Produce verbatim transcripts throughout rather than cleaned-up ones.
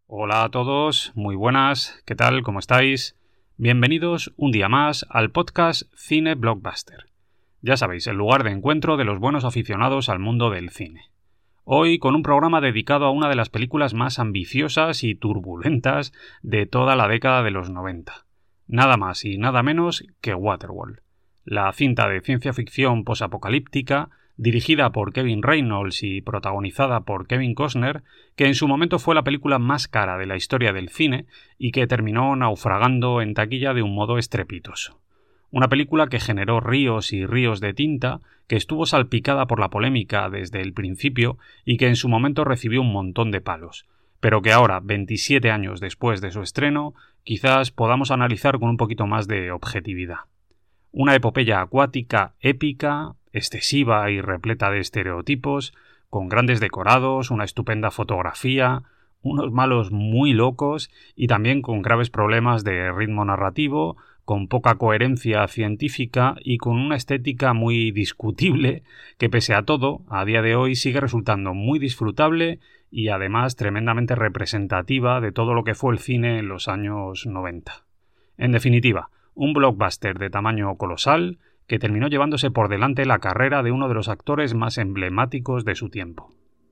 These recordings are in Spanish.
Hola a todos, muy buenas, ¿qué tal? ¿Cómo estáis? Bienvenidos un día más al podcast Cine Blockbuster. Ya sabéis, el lugar de encuentro de los buenos aficionados al mundo del cine. Hoy con un programa dedicado a una de las películas más ambiciosas y turbulentas de toda la década de los noventa. Nada más y nada menos que Waterworld. La cinta de ciencia ficción posapocalíptica dirigida por Kevin Reynolds y protagonizada por Kevin Costner, que en su momento fue la película más cara de la historia del cine y que terminó naufragando en taquilla de un modo estrepitoso. Una película que generó ríos y ríos de tinta, que estuvo salpicada por la polémica desde el principio y que en su momento recibió un montón de palos, pero que ahora, veintisiete años después de su estreno, quizás podamos analizar con un poquito más de objetividad. Una epopeya acuática épica, excesiva y repleta de estereotipos, con grandes decorados, una estupenda fotografía, unos malos muy locos y también con graves problemas de ritmo narrativo, con poca coherencia científica y con una estética muy discutible que pese a todo, a día de hoy sigue resultando muy disfrutable y además tremendamente representativa de todo lo que fue el cine en los años noventa. En definitiva, un blockbuster de tamaño colosal que terminó llevándose por delante la carrera de uno de los actores más emblemáticos de su tiempo.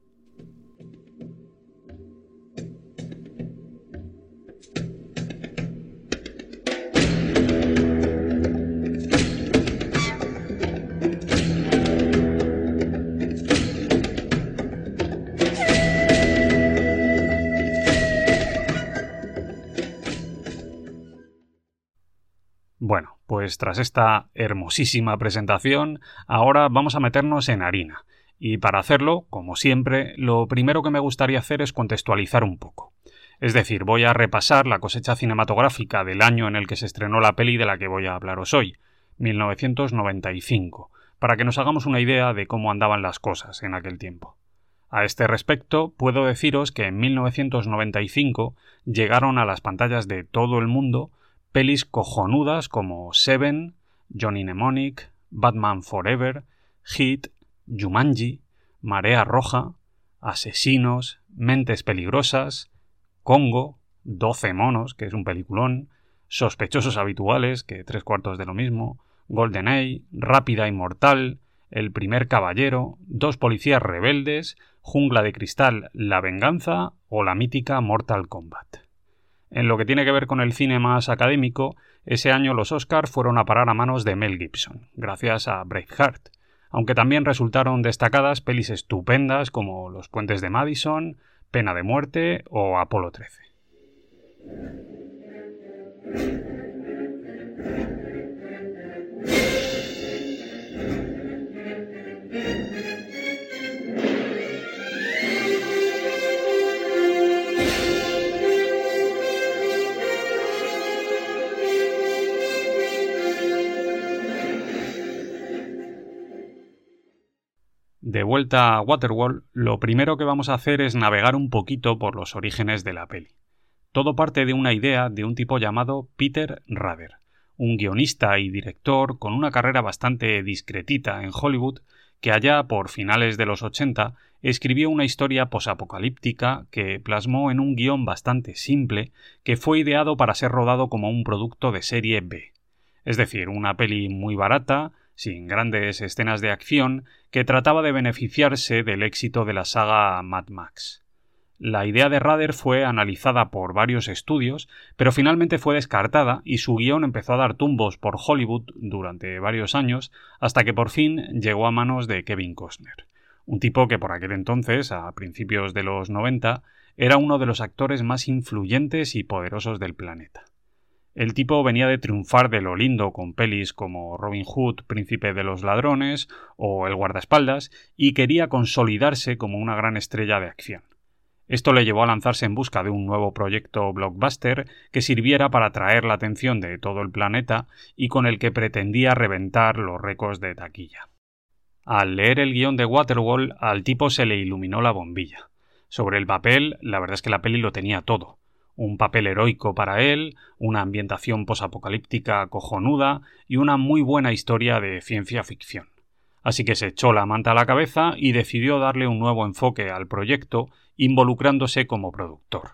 Bueno, pues tras esta hermosísima presentación, ahora vamos a meternos en harina. Y para hacerlo, como siempre, lo primero que me gustaría hacer es contextualizar un poco. Es decir, voy a repasar la cosecha cinematográfica del año en el que se estrenó la peli de la que voy a hablaros hoy, mil novecientos noventa y cinco, para que nos hagamos una idea de cómo andaban las cosas en aquel tiempo. A este respecto, puedo deciros que en mil novecientos noventa y cinco llegaron a las pantallas de todo el mundo pelis cojonudas como Seven, Johnny Mnemonic, Batman Forever, Hit, Jumanji, Marea Roja, Asesinos, Mentes Peligrosas, Congo, doce monos, que es un peliculón, Sospechosos Habituales, que tres cuartos de lo mismo, GoldenEye, Rápida y Mortal, El Primer Caballero, Dos Policías Rebeldes, Jungla de Cristal, La Venganza o la mítica Mortal Kombat. En lo que tiene que ver con el cine más académico, ese año los Oscars fueron a parar a manos de Mel Gibson, gracias a Braveheart, aunque también resultaron destacadas pelis estupendas como Los Puentes de Madison, Pena de Muerte o Apolo trece. De vuelta a Waterworld, lo primero que vamos a hacer es navegar un poquito por los orígenes de la peli. Todo parte de una idea de un tipo llamado Peter Rader, un guionista y director con una carrera bastante discretita en Hollywood, que allá por finales de los ochenta escribió una historia posapocalíptica que plasmó en un guión bastante simple que fue ideado para ser rodado como un producto de serie B. Es decir, una peli muy barata, sin grandes escenas de acción, que trataba de beneficiarse del éxito de la saga Mad Max. La idea de Rader fue analizada por varios estudios, pero finalmente fue descartada y su guión empezó a dar tumbos por Hollywood durante varios años, hasta que por fin llegó a manos de Kevin Costner, un tipo que por aquel entonces, a principios de los noventa, era uno de los actores más influyentes y poderosos del planeta. El tipo venía de triunfar de lo lindo con pelis como Robin Hood, Príncipe de los Ladrones o El Guardaespaldas y quería consolidarse como una gran estrella de acción. Esto le llevó a lanzarse en busca de un nuevo proyecto blockbuster que sirviera para atraer la atención de todo el planeta y con el que pretendía reventar los récords de taquilla. Al leer el guión de Waterworld, al tipo se le iluminó la bombilla. Sobre el papel, la verdad es que la peli lo tenía todo. Un papel heroico para él, una ambientación posapocalíptica cojonuda y una muy buena historia de ciencia ficción. Así que se echó la manta a la cabeza y decidió darle un nuevo enfoque al proyecto, involucrándose como productor.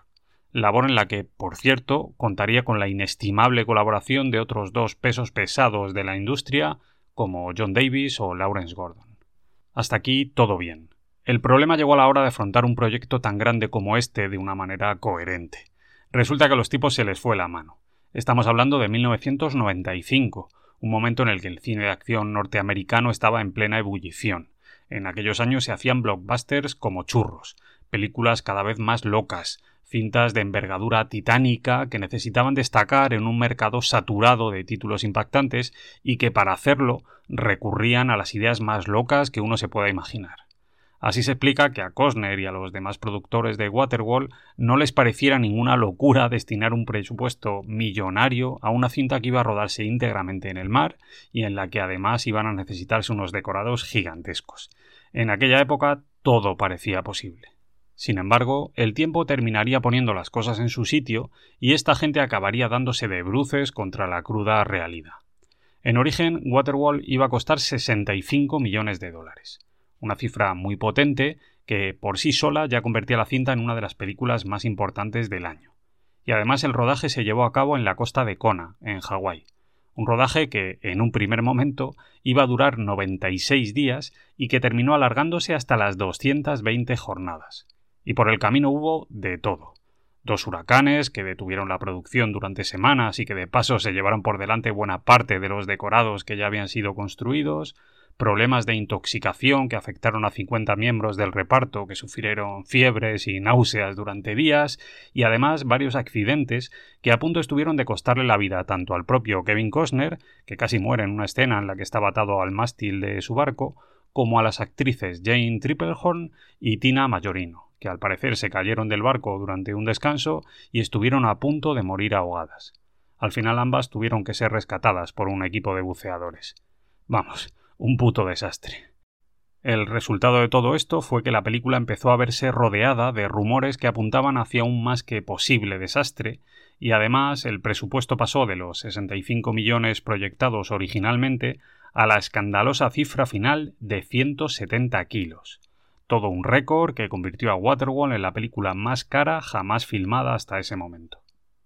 labor en la que, por cierto, contaría con la inestimable colaboración de otros dos pesos pesados de la industria, como John Davis o Lawrence Gordon. Hasta aquí todo bien. El problema llegó a la hora de afrontar un proyecto tan grande como este de una manera coherente. Resulta que a los tipos se les fue la mano. Estamos hablando de mil novecientos noventa y cinco, un momento en el que el cine de acción norteamericano estaba en plena ebullición. En aquellos años se hacían blockbusters como churros, películas cada vez más locas, cintas de envergadura titánica que necesitaban destacar en un mercado saturado de títulos impactantes y que para hacerlo recurrían a las ideas más locas que uno se pueda imaginar. Así se explica que a Costner y a los demás productores de Waterworld no les pareciera ninguna locura destinar un presupuesto millonario a una cinta que iba a rodarse íntegramente en el mar y en la que además iban a necesitarse unos decorados gigantescos. En aquella época todo parecía posible. Sin embargo, el tiempo terminaría poniendo las cosas en su sitio y esta gente acabaría dándose de bruces contra la cruda realidad. En origen, Waterworld iba a costar sesenta y cinco millones de dólares. Una cifra muy potente que por sí sola ya convertía la cinta en una de las películas más importantes del año. Y además el rodaje se llevó a cabo en la costa de Kona, en Hawái. Un rodaje que, en un primer momento, iba a durar noventa y seis días y que terminó alargándose hasta las doscientas veinte jornadas. Y por el camino hubo de todo. Dos huracanes que detuvieron la producción durante semanas y que de paso se llevaron por delante buena parte de los decorados que ya habían sido construidos, problemas de intoxicación que afectaron a cincuenta miembros del reparto que sufrieron fiebres y náuseas durante días y además varios accidentes que a punto estuvieron de costarle la vida tanto al propio Kevin Costner, que casi muere en una escena en la que estaba atado al mástil de su barco, como a las actrices Jane Tripplehorn y Tina Majorino, que al parecer se cayeron del barco durante un descanso y estuvieron a punto de morir ahogadas. Al final ambas tuvieron que ser rescatadas por un equipo de buceadores. Vamos, un puto desastre. El resultado de todo esto fue que la película empezó a verse rodeada de rumores que apuntaban hacia un más que posible desastre, y además el presupuesto pasó de los sesenta y cinco millones proyectados originalmente a la escandalosa cifra final de ciento setenta kilos. Todo un récord que convirtió a Waterworld en la película más cara jamás filmada hasta ese momento.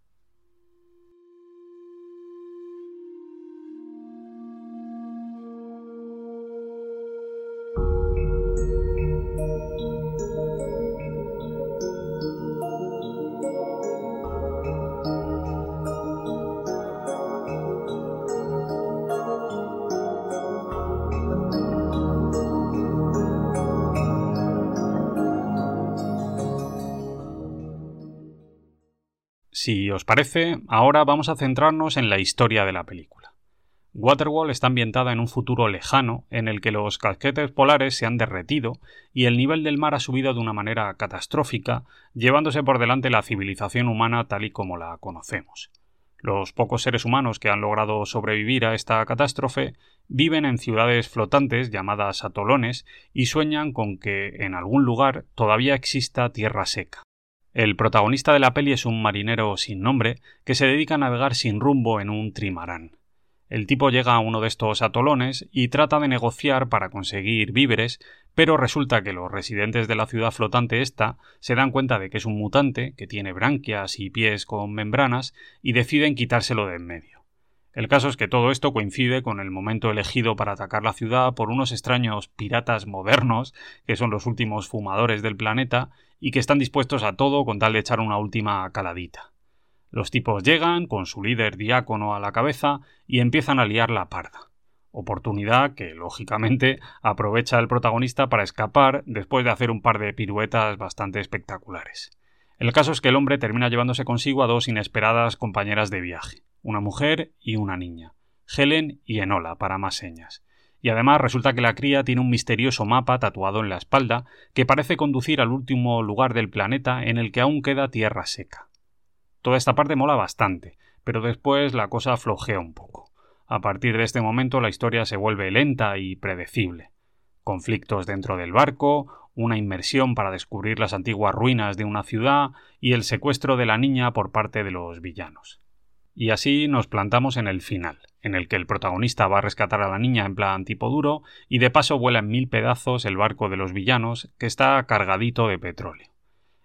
Si os parece, ahora vamos a centrarnos en la historia de la película. Waterworld está ambientada en un futuro lejano en el que los casquetes polares se han derretido y el nivel del mar ha subido de una manera catastrófica, llevándose por delante la civilización humana tal y como la conocemos. Los pocos seres humanos que han logrado sobrevivir a esta catástrofe viven en ciudades flotantes llamadas atolones y sueñan con que en algún lugar todavía exista tierra seca. El protagonista de la peli es un marinero sin nombre que se dedica a navegar sin rumbo en un trimarán. El tipo llega a uno de estos atolones y trata de negociar para conseguir víveres, pero resulta que los residentes de la ciudad flotante esta se dan cuenta de que es un mutante, que tiene branquias y pies con membranas, y deciden quitárselo de en medio. El caso es que todo esto coincide con el momento elegido para atacar la ciudad por unos extraños piratas modernos, que son los últimos fumadores del planeta, y que están dispuestos a todo con tal de echar una última caladita. Los tipos llegan, con su líder diácono a la cabeza, y empiezan a liar la parda. Oportunidad que, lógicamente, aprovecha el protagonista para escapar después de hacer un par de piruetas bastante espectaculares. El caso es que el hombre termina llevándose consigo a dos inesperadas compañeras de viaje, una mujer y una niña, Helen y Enola, para más señas. Y además resulta que la cría tiene un misterioso mapa tatuado en la espalda que parece conducir al último lugar del planeta en el que aún queda tierra seca. Toda esta parte mola bastante, pero después la cosa flojea un poco. A partir de este momento la historia se vuelve lenta y predecible. Conflictos dentro del barco, una inmersión para descubrir las antiguas ruinas de una ciudad y el secuestro de la niña por parte de los villanos. Y así nos plantamos en el final, en el que el protagonista va a rescatar a la niña en plan tipo duro y de paso vuela en mil pedazos el barco de los villanos que está cargadito de petróleo.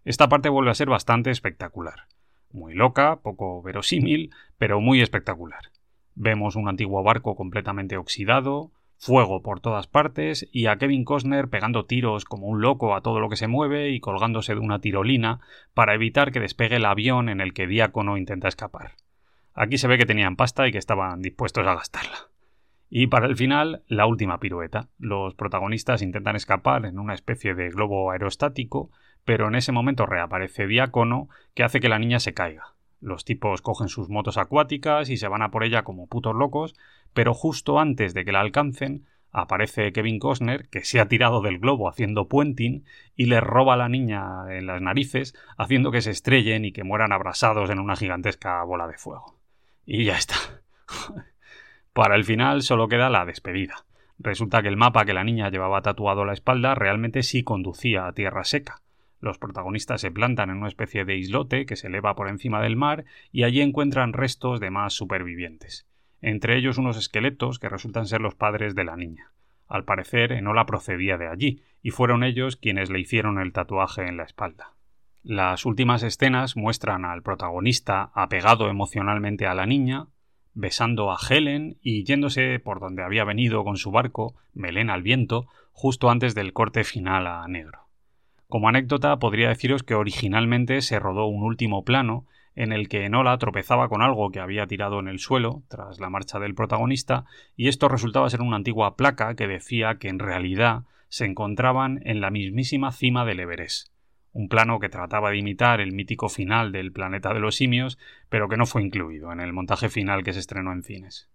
Esta parte vuelve a ser bastante espectacular. Muy loca, poco verosímil, pero muy espectacular. Vemos un antiguo barco completamente oxidado, fuego por todas partes y a Kevin Costner pegando tiros como un loco a todo lo que se mueve y colgándose de una tirolina para evitar que despegue el avión en el que Diácono intenta escapar. Aquí se ve que tenían pasta y que estaban dispuestos a gastarla. Y para el final, la última pirueta. Los protagonistas intentan escapar en una especie de globo aerostático, pero en ese momento reaparece Diácono, que hace que la niña se caiga. Los tipos cogen sus motos acuáticas y se van a por ella como putos locos, pero justo antes de que la alcancen, aparece Kevin Costner, que se ha tirado del globo haciendo puenting y les roba a la niña en las narices, haciendo que se estrellen y que mueran abrasados en una gigantesca bola de fuego. Y ya está. Para el final solo queda la despedida. Resulta que el mapa que la niña llevaba tatuado a la espalda realmente sí conducía a tierra seca. Los protagonistas se plantan en una especie de islote que se eleva por encima del mar y allí encuentran restos de más supervivientes. Entre ellos unos esqueletos que resultan ser los padres de la niña. Al parecer Enola procedía de allí y fueron ellos quienes le hicieron el tatuaje en la espalda. Las últimas escenas muestran al protagonista apegado emocionalmente a la niña, besando a Helen y yéndose por donde había venido con su barco, melena al viento, justo antes del corte final a negro. Como anécdota, podría deciros que originalmente se rodó un último plano en el que Enola tropezaba con algo que había tirado en el suelo tras la marcha del protagonista, y esto resultaba ser una antigua placa que decía que en realidad se encontraban en la mismísima cima del Everest. Un plano que trataba de imitar el mítico final del Planeta de los Simios, pero que no fue incluido en el montaje final que se estrenó en cines.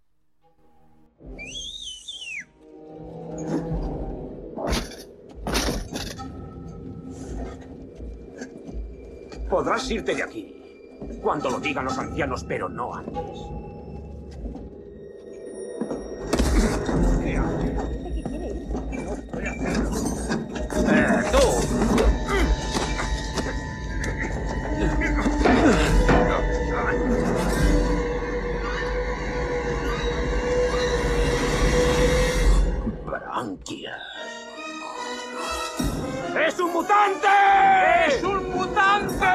Podrás irte de aquí cuando lo digan los ancianos, pero no antes. ¿Qué haces? ¿Qué quiere ir? No puede hacerlo. ¡Eh, tú! Branquias. ¡Es un mutante! ¡Es un mutante!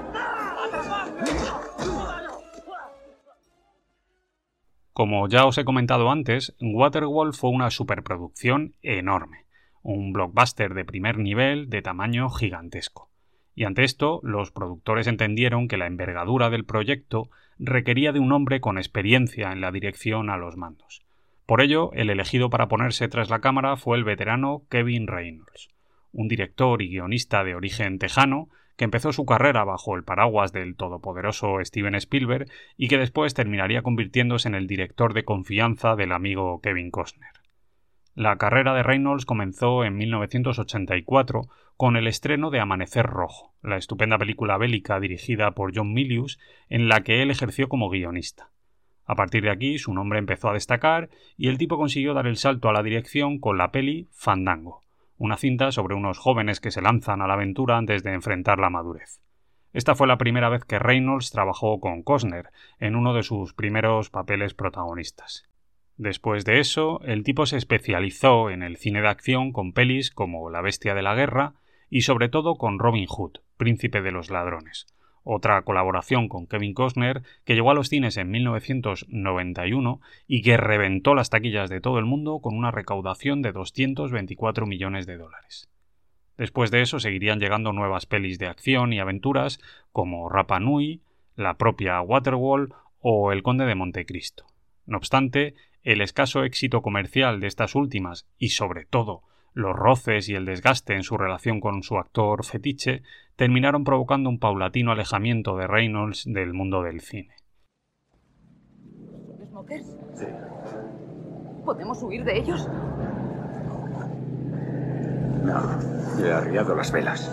Como ya os he comentado antes, Waterworld fue una superproducción enorme, un blockbuster de primer nivel de tamaño gigantesco. Y ante esto, los productores entendieron que la envergadura del proyecto requería de un hombre con experiencia en la dirección a los mandos. Por ello, el elegido para ponerse tras la cámara fue el veterano Kevin Reynolds, un director y guionista de origen tejano que empezó su carrera bajo el paraguas del todopoderoso Steven Spielberg y que después terminaría convirtiéndose en el director de confianza del amigo Kevin Costner. La carrera de Reynolds comenzó en mil novecientos ochenta y cuatro con el estreno de Amanecer Rojo, la estupenda película bélica dirigida por John Milius, en la que él ejerció como guionista. A partir de aquí su nombre empezó a destacar y el tipo consiguió dar el salto a la dirección con la peli Fandango, una cinta sobre unos jóvenes que se lanzan a la aventura antes de enfrentar la madurez. Esta fue la primera vez que Reynolds trabajó con Costner, en uno de sus primeros papeles protagonistas. Después de eso, el tipo se especializó en el cine de acción con pelis como La bestia de la guerra y sobre todo con Robin Hood, príncipe de los ladrones, otra colaboración con Kevin Costner que llegó a los cines en mil novecientos noventa y uno y que reventó las taquillas de todo el mundo con una recaudación de doscientos veinticuatro millones de dólares. Después de eso seguirían llegando nuevas pelis de acción y aventuras como Rapa Nui, la propia Waterworld o El Conde de Montecristo. No obstante, el escaso éxito comercial de estas últimas y sobre todo los roces y el desgaste en su relación con su actor fetiche terminaron provocando un paulatino alejamiento de Reynolds del mundo del cine. ¿Son smokers? Sí. ¿Podemos huir de ellos? No, he arriado las velas.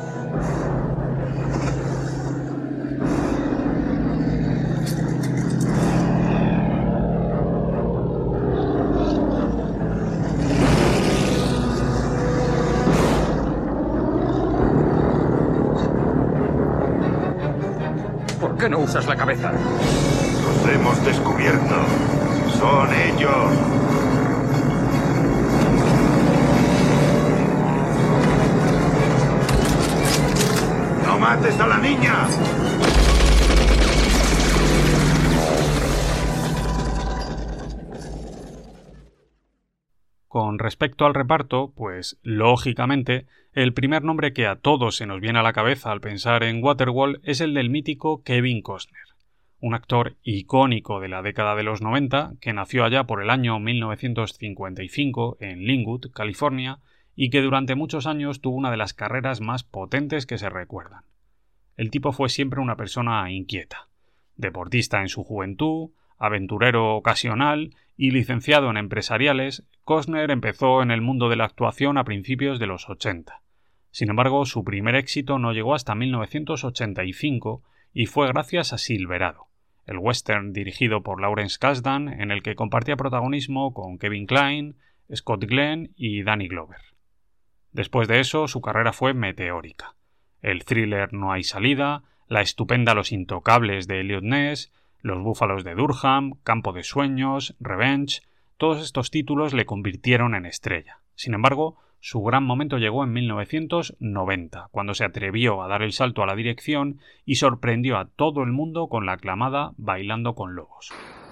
¿Por qué no usas la cabeza? Los hemos descubierto. Son ellos. mates a la niña! Con respecto al reparto, pues lógicamente, el primer nombre que a todos se nos viene a la cabeza al pensar en Waterworld es el del mítico Kevin Costner, un actor icónico de la década de los noventa que nació allá por el año mil novecientos cincuenta y cinco en Linwood, California, y que durante muchos años tuvo una de las carreras más potentes que se recuerdan. El tipo fue siempre una persona inquieta, deportista en su juventud, aventurero ocasional y licenciado en empresariales. Costner empezó en el mundo de la actuación a principios de los ochenta. Sin embargo, su primer éxito no llegó hasta mil novecientos ochenta y cinco y fue gracias a Silverado, el western dirigido por Lawrence Kasdan en el que compartía protagonismo con Kevin Kline, Scott Glenn y Danny Glover. Después de eso, su carrera fue meteórica. El thriller No hay salida, la estupenda Los intocables de Eliot Ness, Los búfalos de Durham, Campo de sueños, Revenge, todos estos títulos le convirtieron en estrella. Sin embargo, su gran momento llegó en mil novecientos noventa, cuando se atrevió a dar el salto a la dirección y sorprendió a todo el mundo con la aclamada Bailando con lobos.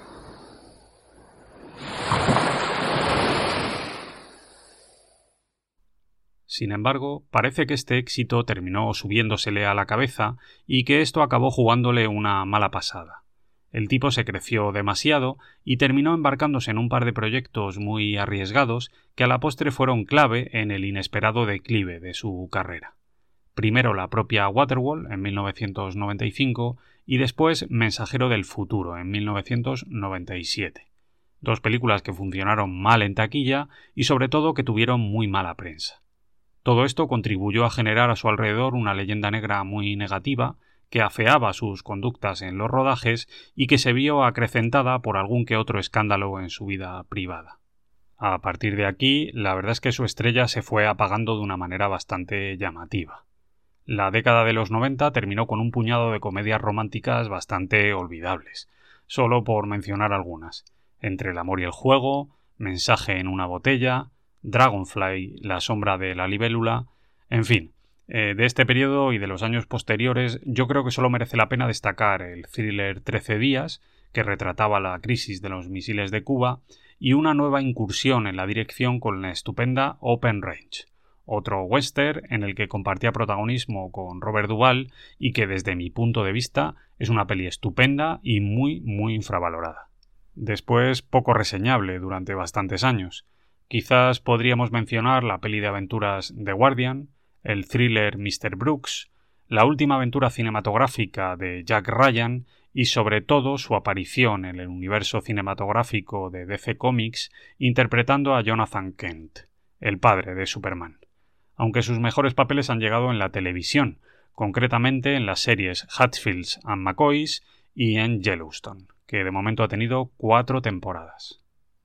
Sin embargo, parece que este éxito terminó subiéndosele a la cabeza y que esto acabó jugándole una mala pasada. El tipo se creció demasiado y terminó embarcándose en un par de proyectos muy arriesgados que a la postre fueron clave en el inesperado declive de su carrera. Primero la propia Waterworld en mil novecientos noventa y cinco y después Mensajero del futuro en mil novecientos noventa y siete. Dos películas que funcionaron mal en taquilla y sobre todo que tuvieron muy mala prensa. Todo esto contribuyó a generar a su alrededor una leyenda negra muy negativa que afeaba sus conductas en los rodajes y que se vio acrecentada por algún que otro escándalo en su vida privada. A partir de aquí, la verdad es que su estrella se fue apagando de una manera bastante llamativa. La década de los noventa terminó con un puñado de comedias románticas bastante olvidables, solo por mencionar algunas: Entre el amor y el juego, Mensaje en una botella, Dragonfly, La sombra de la libélula, en fin. Eh, de este periodo y de los años posteriores, yo creo que solo merece la pena destacar el thriller trece días, que retrataba la crisis de los misiles de Cuba, y una nueva incursión en la dirección con la estupenda Open Range, otro western en el que compartía protagonismo con Robert Duvall y que desde mi punto de vista es una peli estupenda y muy muy infravalorada. Después poco reseñable durante bastantes años. Quizás podríamos mencionar la peli de aventuras The Guardian, el thriller mister Brooks, la última aventura cinematográfica de Jack Ryan y sobre todo su aparición en el universo cinematográfico de D C Comics interpretando a Jonathan Kent, el padre de Superman, aunque sus mejores papeles han llegado en la televisión, concretamente en las series Hatfields and McCoys y en Yellowstone, que de momento ha tenido cuatro temporadas.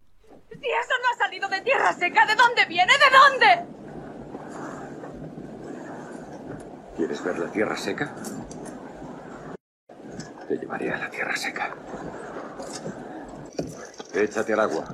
Si eso no ha salido de tierra seca, ¿de dónde viene? ¿De dónde? ¿Quieres ver la tierra seca? Te llevaré a la tierra seca. Échate al agua.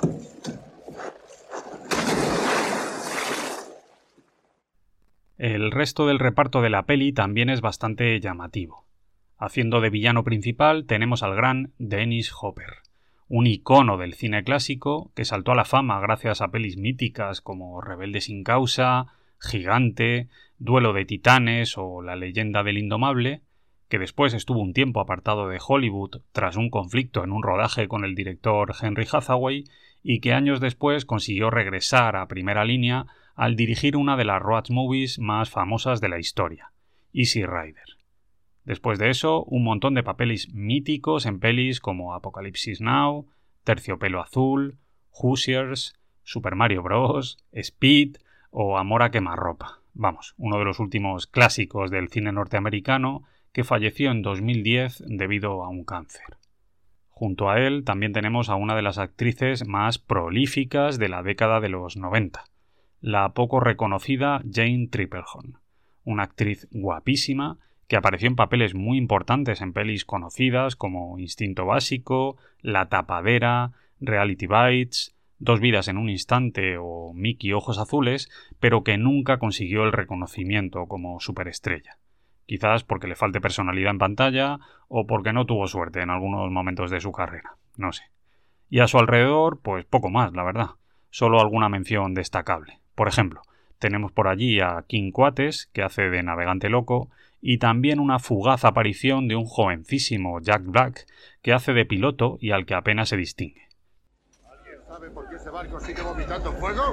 El resto del reparto de la peli también es bastante llamativo. Haciendo de villano principal tenemos al gran Dennis Hopper, un icono del cine clásico que saltó a la fama gracias a pelis míticas como Rebelde sin causa, Gigante, Duelo de titanes o La leyenda del indomable, que después estuvo un tiempo apartado de Hollywood tras un conflicto en un rodaje con el director Henry Hathaway y que años después consiguió regresar a primera línea al dirigir una de las road movies más famosas de la historia, Easy Rider. Después de eso, un montón de papeles míticos en pelis como Apocalipsis Now, Terciopelo azul, Hoosiers, Super Mario Bros., Speed o Amor a quemarropa. Vamos, uno de los últimos clásicos del cine norteamericano que falleció en dos mil diez debido a un cáncer. Junto a él también tenemos a una de las actrices más prolíficas de la década de los noventa, la poco reconocida Jane Tripplehorn, una actriz guapísima que apareció en papeles muy importantes en pelis conocidas como Instinto básico, La tapadera, Reality Bites, Dos vidas en un instante o Mickey ojos azules, pero que nunca consiguió el reconocimiento como superestrella. Quizás porque le falte personalidad en pantalla o porque no tuvo suerte en algunos momentos de su carrera, no sé. Y a su alrededor, pues poco más, la verdad. Solo alguna mención destacable. Por ejemplo, tenemos por allí a King Coates, que hace de navegante loco, y también una fugaz aparición de un jovencísimo Jack Black, que hace de piloto y al que apenas se distingue. ¿Alguien sabe por qué ese barco sigue vomitando fuego?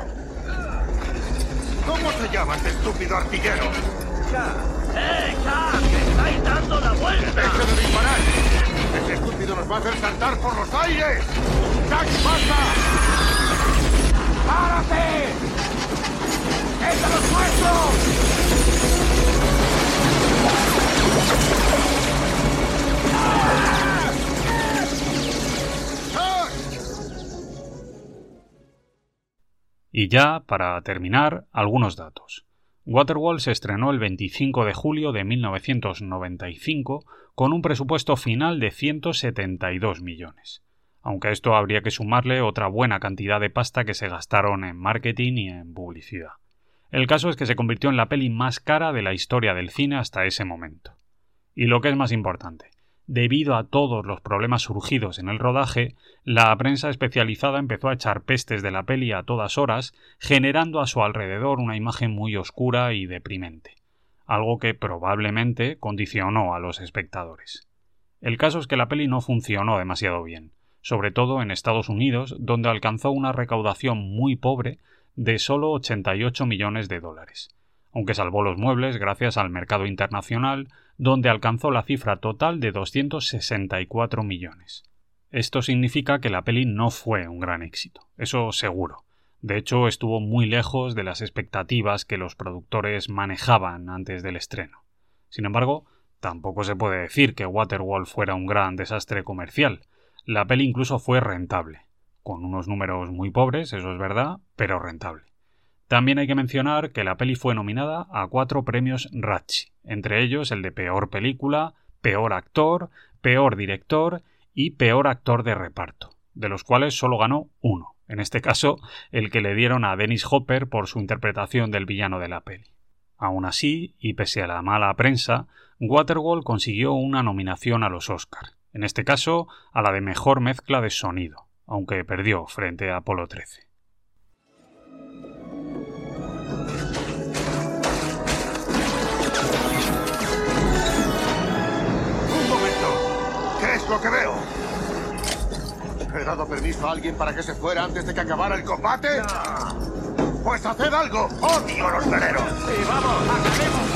¿Cómo se llama este estúpido artillero? ¡Eh, Jack! ¡Que estáis dando la vuelta! ¡Deje de disparar! ¡Ese estúpido nos va a hacer saltar por los aires! ¡Jack, basta! ¡Párate! ¡Es a los nuestros! Y ya, para terminar, algunos datos. Waterworld se estrenó el veinticinco de julio de mil novecientos noventa y cinco con un presupuesto final de ciento setenta y dos millones. Aunque a esto habría que sumarle otra buena cantidad de pasta que se gastaron en marketing y en publicidad. El caso es que se convirtió en la peli más cara de la historia del cine hasta ese momento. Y lo que es más importante, debido a todos los problemas surgidos en el rodaje, la prensa especializada empezó a echar pestes de la peli a todas horas, generando a su alrededor una imagen muy oscura y deprimente, algo que probablemente condicionó a los espectadores. El caso es que la peli no funcionó demasiado bien, sobre todo en Estados Unidos, donde alcanzó una recaudación muy pobre de solo ochenta y ocho millones de dólares, aunque salvó los muebles gracias al mercado internacional, donde alcanzó la cifra total de doscientos sesenta y cuatro millones. Esto significa que la peli no fue un gran éxito, eso seguro. De hecho, estuvo muy lejos de las expectativas que los productores manejaban antes del estreno. Sin embargo, tampoco se puede decir que Waterworld fuera un gran desastre comercial. La peli incluso fue rentable, con unos números muy pobres, eso es verdad, pero rentable. También hay que mencionar que la peli fue nominada a cuatro premios Razzie, entre ellos el de Peor Película, Peor Actor, Peor Director y Peor Actor de Reparto, de los cuales solo ganó uno, en este caso el que le dieron a Dennis Hopper por su interpretación del villano de la peli. Aún así, y pese a la mala prensa, Waterworld consiguió una nominación a los Oscar, en este caso a la de Mejor Mezcla de Sonido, aunque perdió frente a Apolo trece. ¿Qué es lo que veo? ¿He dado permiso a alguien para que se fuera antes de que acabara el combate? No. Pues haced algo. ¡Odio los veleros! ¡Sí, vamos! ¡Acabemos!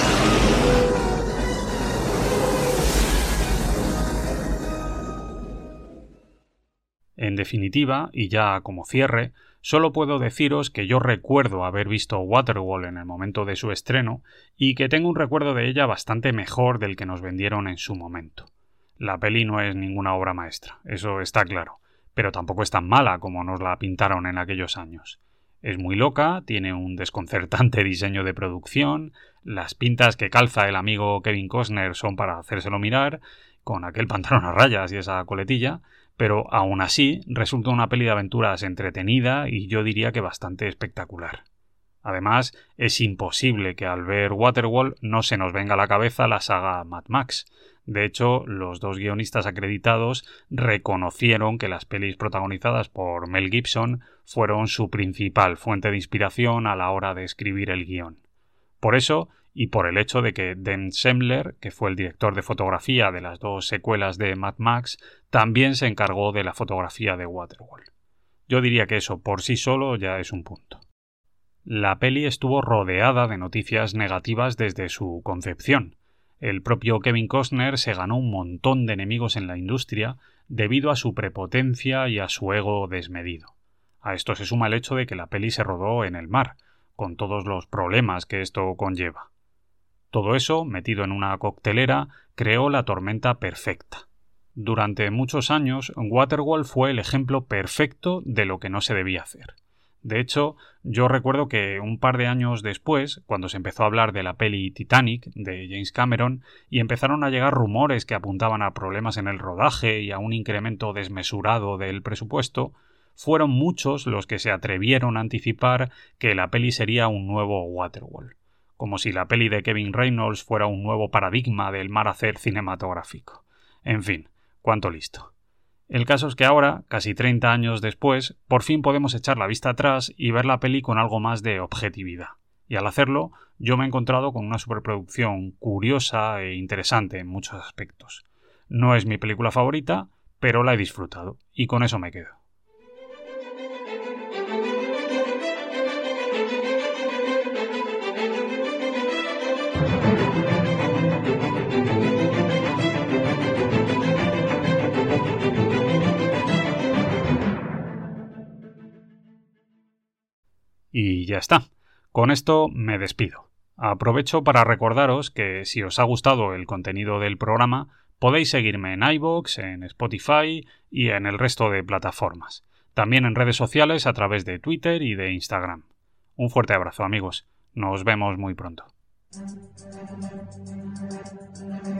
En definitiva, y ya como cierre, solo puedo deciros que yo recuerdo haber visto Waterworld en el momento de su estreno y que tengo un recuerdo de ella bastante mejor del que nos vendieron en su momento. La peli no es ninguna obra maestra, eso está claro, pero tampoco es tan mala como nos la pintaron en aquellos años. Es muy loca, tiene un desconcertante diseño de producción, las pintas que calza el amigo Kevin Costner son para hacérselo mirar, con aquel pantalón a rayas y esa coletilla, pero aún así resulta una peli de aventuras entretenida y yo diría que bastante espectacular. Además, es imposible que al ver Waterworld no se nos venga a la cabeza la saga Mad Max. De hecho, los dos guionistas acreditados reconocieron que las pelis protagonizadas por Mel Gibson fueron su principal fuente de inspiración a la hora de escribir el guión. Por eso, y por el hecho de que Dan Semler, que fue el director de fotografía de las dos secuelas de Mad Max, también se encargó de la fotografía de Waterworld. Yo diría que eso por sí solo ya es un punto. La peli estuvo rodeada de noticias negativas desde su concepción. El propio Kevin Costner se ganó un montón de enemigos en la industria debido a su prepotencia y a su ego desmedido. A esto se suma el hecho de que la peli se rodó en el mar, con todos los problemas que esto conlleva. Todo eso, metido en una coctelera, creó la tormenta perfecta. Durante muchos años, Waterworld fue el ejemplo perfecto de lo que no se debía hacer. De hecho, yo recuerdo que un par de años después, cuando se empezó a hablar de la peli Titanic de James Cameron y empezaron a llegar rumores que apuntaban a problemas en el rodaje y a un incremento desmesurado del presupuesto, fueron muchos los que se atrevieron a anticipar que la peli sería un nuevo Waterworld, como si la peli de Kevin Reynolds fuera un nuevo paradigma del mal hacer cinematográfico. En fin, cuánto listo. El caso es que ahora, casi treinta años después, por fin podemos echar la vista atrás y ver la peli con algo más de objetividad. Y al hacerlo, yo me he encontrado con una superproducción curiosa e interesante en muchos aspectos. No es mi película favorita, pero la he disfrutado, y con eso me quedo. Y ya está. Con esto me despido. Aprovecho para recordaros que si os ha gustado el contenido del programa, podéis seguirme en iVoox, en Spotify y en el resto de plataformas. También en redes sociales a través de Twitter y de Instagram. Un fuerte abrazo, amigos. Nos vemos muy pronto.